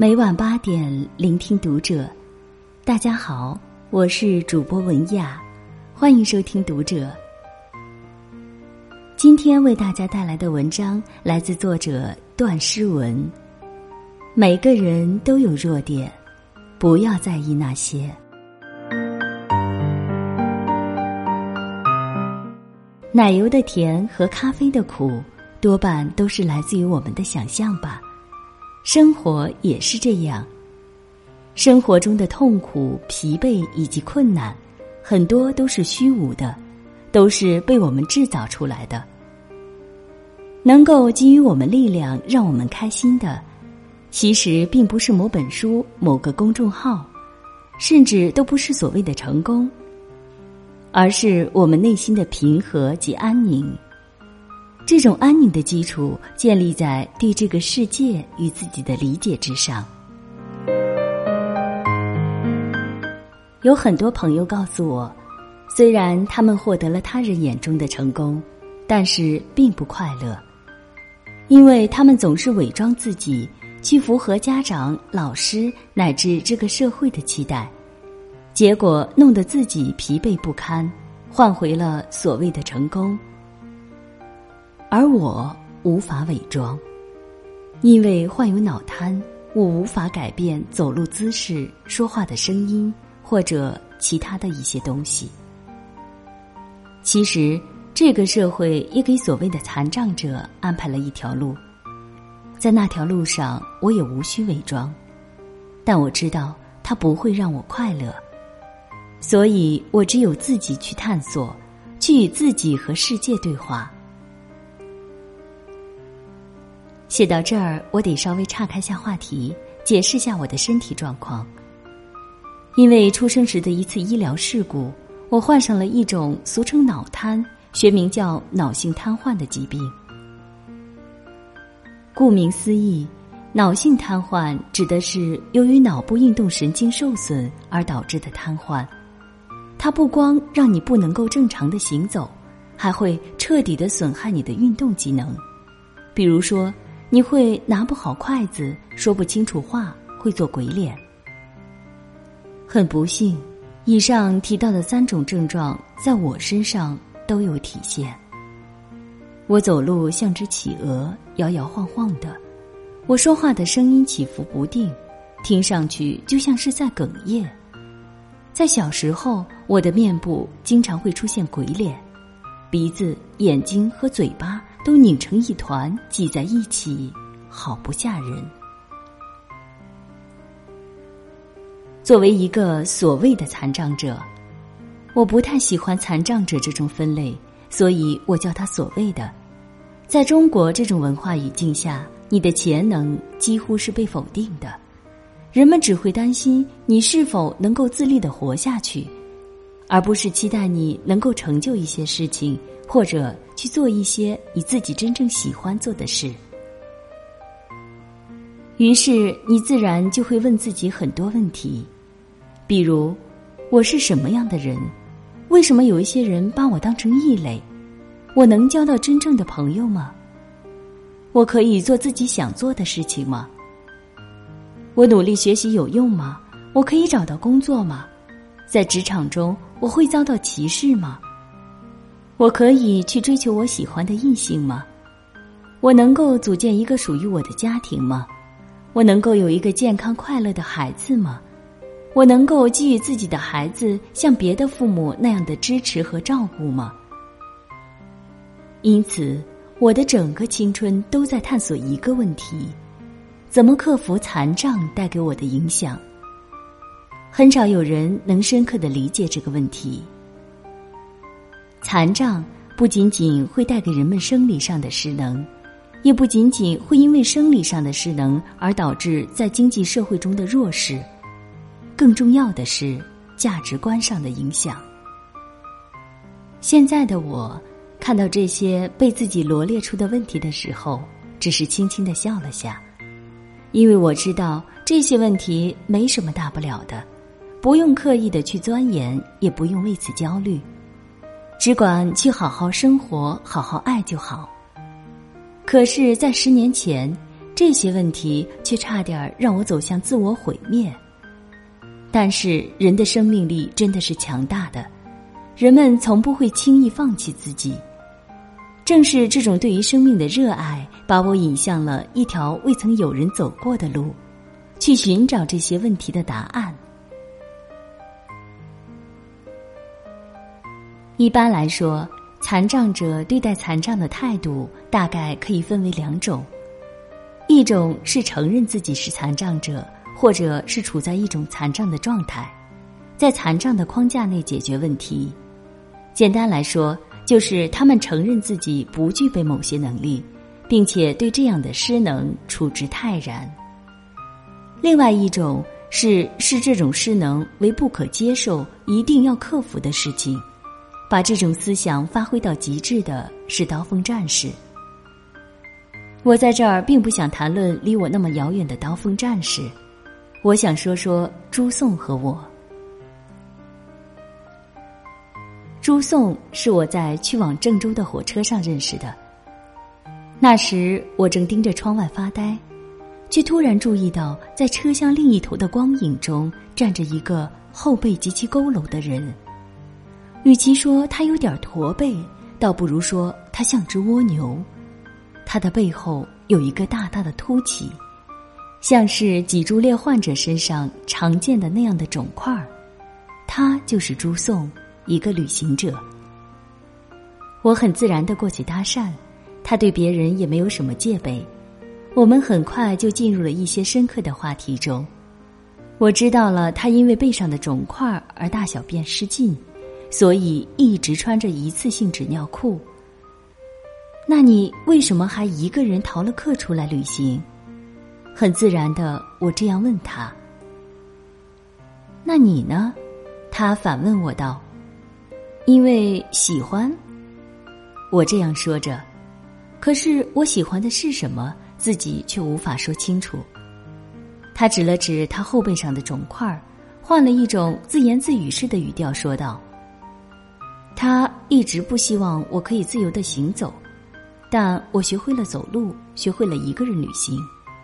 每晚8点，聆听读者。大家好，我是主播文雅，欢迎收听读者。今天为大家带来的文章来自作者段诗文。每个人都有弱点，不要在意那些。奶油的甜和咖啡的苦，多半都是来自于我们的想象吧。生活也是这样，生活中的痛苦、疲惫以及困难，很多都是虚无的，都是被我们制造出来的。能够给予我们力量，让我们开心的，其实并不是某本书、某个公众号，甚至都不是所谓的成功，而是我们内心的平和及安宁。这种安宁的基础建立在对这个世界与自己的理解之上。有很多朋友告诉我，虽然他们获得了他人眼中的成功，但是并不快乐，因为他们总是伪装自己，去符合家长、老师乃至这个社会的期待，结果弄得自己疲惫不堪，换回了所谓的成功。而我无法伪装，因为患有脑瘫，我无法改变走路姿势、说话的声音或者其他的一些东西。其实这个社会也给所谓的残障者安排了一条路，在那条路上我也无需伪装，但我知道它不会让我快乐，所以我只有自己去探索，去与自己和世界对话。写到这儿，我得稍微岔开下话题，解释下我的身体状况。因为出生时的一次医疗事故，我患上了一种俗称脑瘫，学名叫脑性瘫痪的疾病。顾名思义，脑性瘫痪指的是由于脑部运动神经受损而导致的瘫痪。它不光让你不能够正常的行走，还会彻底的损害你的运动机能。比如说，你会拿不好筷子，说不清楚话，会做鬼脸。很不幸，以上提到的3种症状在我身上都有体现。我走路像只企鹅，摇摇晃晃的，我说话的声音起伏不定，听上去就像是在哽咽。在小时候，我的面部经常会出现鬼脸，鼻子、眼睛和嘴巴都拧成一团，挤在一起，好不吓人。作为一个所谓的残障者，我不太喜欢残障者这种分类，所以我叫它所谓的。在中国这种文化语境下，你的潜能几乎是被否定的，人们只会担心你是否能够自立地活下去，而不是期待你能够成就一些事情，或者去做一些你自己真正喜欢做的事。于是你自然就会问自己很多问题，比如，我是什么样的人？为什么有一些人把我当成异类？我能交到真正的朋友吗？我可以做自己想做的事情吗？我努力学习有用吗？我可以找到工作吗？在职场中，我会遭到歧视吗？我可以去追求我喜欢的异性吗？我能够组建一个属于我的家庭吗？我能够有一个健康快乐的孩子吗？我能够给予自己的孩子像别的父母那样的支持和照顾吗？因此，我的整个青春都在探索一个问题：怎么克服残障带给我的影响？很少有人能深刻地理解这个问题。残障不仅仅会带给人们生理上的失能，也不仅仅会因为生理上的失能而导致在经济社会中的弱势，更重要的是价值观上的影响。现在的我看到这些被自己罗列出的问题的时候，只是轻轻地笑了下，因为我知道这些问题没什么大不了的，不用刻意的去钻研，也不用为此焦虑，只管去好好生活，好好爱就好。可是在10年前，这这些问题却差点让我走向自我毁灭。但是人的生命力真的是强大的，人们从不会轻易放弃自己。正是这种对于生命的热爱，把我引向了一条未曾有人走过的路，去寻找这些问题的答案。一般来说，残障者对待残障的态度大概可以分为2种，一种是承认自己是残障者，或者是处在一种残障的状态，在残障的框架内解决问题。简单来说，就是他们承认自己不具备某些能力，并且对这样的失能处之泰然。另外一种是视这种失能为不可接受、一定要克服的事情，把这种思想发挥到极致的是刀锋战士。我在这儿并不想谈论离我那么遥远的刀锋战士，我想说说朱颂和我。朱颂是我在去往郑州的火车上认识的。那时我正盯着窗外发呆，却突然注意到在车厢另一头的光影中站着一个后背极其佝偻的人。与其说他有点驼背，倒不如说他像只蜗牛。他的背后有一个大大的凸起，像是脊柱裂患者身上常见的那样的肿块。他就是朱颂，一个旅行者。我很自然地过去搭讪，他对别人也没有什么戒备。我们很快就进入了一些深刻的话题中。我知道了他因为背上的肿块而大小便失禁，所以一直穿着一次性纸尿裤。那你为什么还一个人逃了课出来旅行？很自然的，我这样问他。那你呢？他反问我道。因为喜欢。我这样说着，可是我喜欢的是什么，自己却无法说清楚。他指了指他后背上的肿块，换了一种自言自语式的语调说道：他一直不希望我可以自由地行走，但我学会了走路，学会了一个人旅行。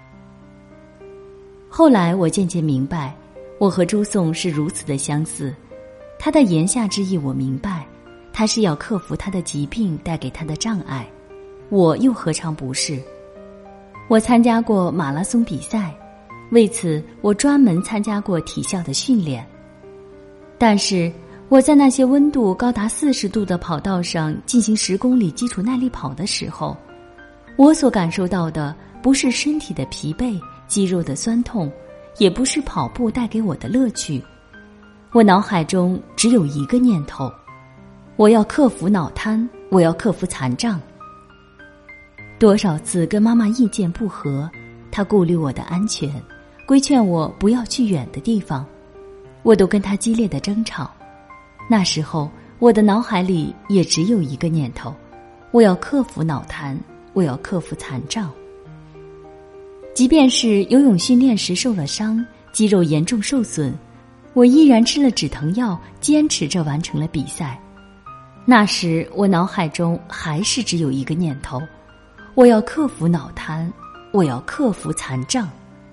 后来我渐渐明白，我和朱颂是如此的相似。他的言下之意我明白，他是要克服他的疾病带给他的障碍，我又何尝不是。我参加过马拉松比赛，为此我专门参加过体校的训练。但是我在那些温度高达40度的跑道上进行10公里基础耐力跑的时候，我所感受到的不是身体的疲惫、肌肉的酸痛，也不是跑步带给我的乐趣。我脑海中只有一个念头：我要克服脑瘫，我要克服残障。多少次跟妈妈意见不合，她顾虑我的安全，规劝我不要去远的地方，我都跟她激烈的争吵。那时候我的脑海里也只有一个念头：我要克服脑瘫，我要克服残障。即便是游泳训练时受了伤，肌肉严重受损，我依然吃了止疼药，坚持着完成了比赛。那时我脑海中还是只有一个念头：我要克服脑瘫，我要克服残障。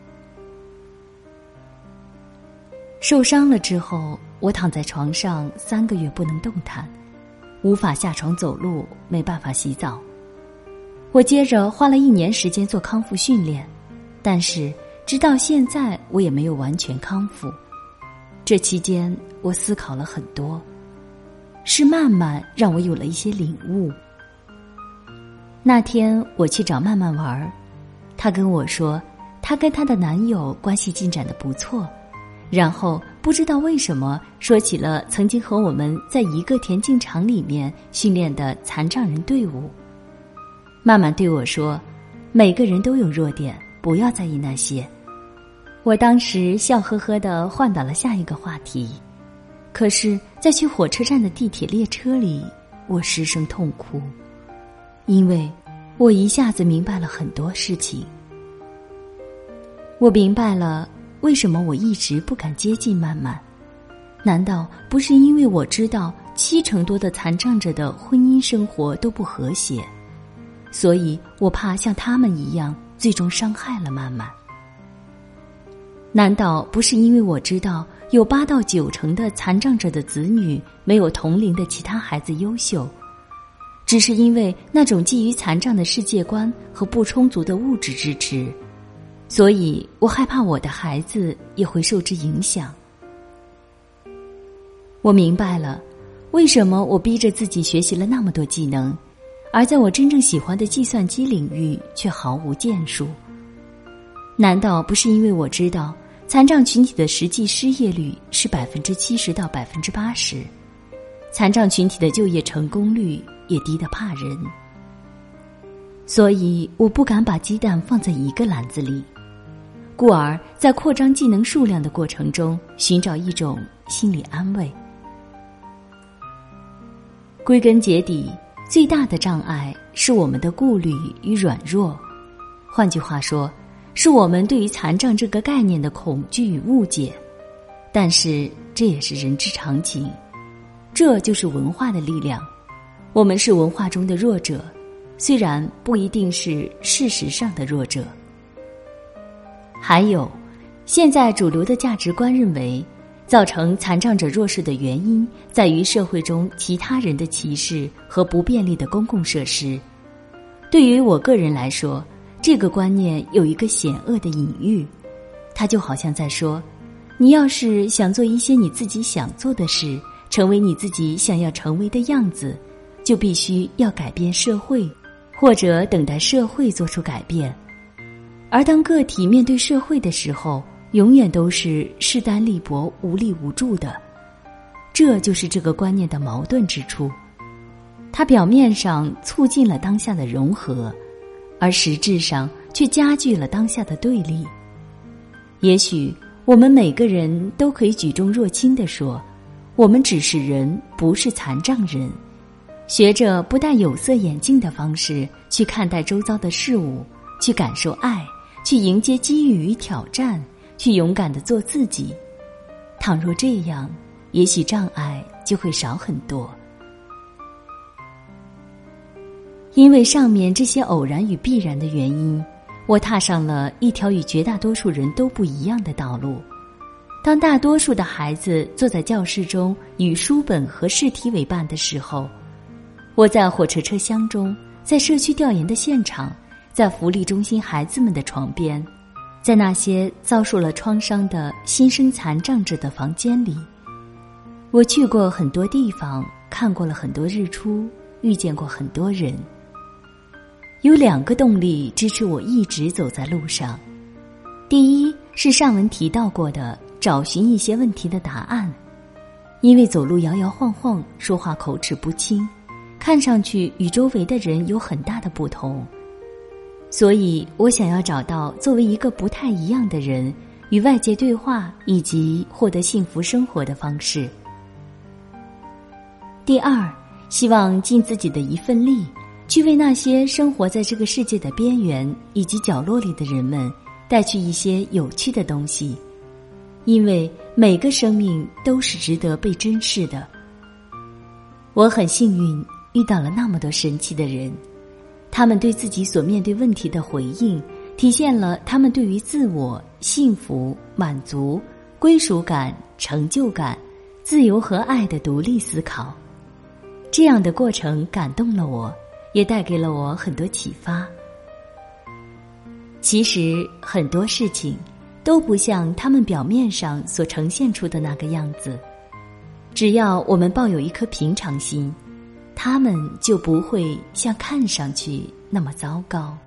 受伤了之后，我躺在床上3个月不能动弹，无法下床走路，没办法洗澡。我接着花了1年时间做康复训练，但是直到现在我也没有完全康复。这期间我思考了很多，是曼曼让我有了一些领悟。那天我去找曼曼玩，她跟我说她跟她的男友关系进展得不错，然后不知道为什么说起了曾经和我们在一个田径场里面训练的残障人队伍。曼曼对我说，每个人都有弱点，不要在意那些。我当时笑呵呵地换到了下一个话题，可是在去火车站的地铁列车里，我失声痛哭，因为我一下子明白了很多事情。我明白了为什么我一直不敢接近曼曼，难道不是因为我知道70%多的残障者的婚姻生活都不和谐，所以我怕像他们一样最终伤害了曼曼。难道不是因为我知道有8到9成的残障者的子女没有同龄的其他孩子优秀，只是因为那种基于残障的世界观和不充足的物质支持，所以我害怕我的孩子也会受之影响。我明白了，为什么我逼着自己学习了那么多技能，而在我真正喜欢的计算机领域却毫无建树。难道不是因为我知道残障群体的实际失业率是70%到80%，残障群体的就业成功率也低得怕人，所以我不敢把鸡蛋放在一个篮子里，故而在扩张技能数量的过程中寻找一种心理安慰。归根结底，最大的障碍是我们的顾虑与软弱，换句话说，是我们对于残障这个概念的恐惧与误解。但是这也是人之常情，这就是文化的力量。我们是文化中的弱者，虽然不一定是事实上的弱者。还有，现在主流的价值观认为，造成残障者弱势的原因在于社会中其他人的歧视和不便利的公共设施。对于我个人来说，这个观念有一个险恶的隐喻，它就好像在说，你要是想做一些你自己想做的事，成为你自己想要成为的样子，就必须要改变社会，或者等待社会做出改变。而当个体面对社会的时候，永远都是势单力薄、无力无助的。这就是这个观念的矛盾之处，它表面上促进了当下的融合，而实质上却加剧了当下的对立。也许我们每个人都可以举重若轻地说，我们只是人，不是残障人，学着不戴有色眼镜的方式去看待周遭的事物，去感受爱，去迎接机遇与挑战，去勇敢地做自己。倘若这样，也许障碍就会少很多。因为上面这些偶然与必然的原因，我踏上了一条与绝大多数人都不一样的道路。当大多数的孩子坐在教室中与书本和试题为伴的时候，我在火车车厢中，在社区调研的现场，在福利中心孩子们的床边，在那些遭受了创伤的新生残障者的房间里。我去过很多地方，看过了很多日出，遇见过很多人。有2个动力支持我一直走在路上。第一是上文提到过的找寻一些问题的答案，因为走路摇摇晃晃，说话口齿不清，看上去与周围的人有很大的不同，所以我想要找到作为一个不太一样的人与外界对话以及获得幸福生活的方式。第二，希望尽自己的一份力，去为那些生活在这个世界的边缘以及角落里的人们带去一些有趣的东西，因为每个生命都是值得被珍视的。我很幸运遇到了那么多神奇的人，他们对自己所面对问题的回应，体现了他们对于自我、幸福、满足、归属感、成就感、自由和爱的独立思考。这样的过程感动了我，也带给了我很多启发。其实很多事情都不像他们表面上所呈现出的那个样子，只要我们抱有一颗平常心，他们就不会像看上去那么糟糕。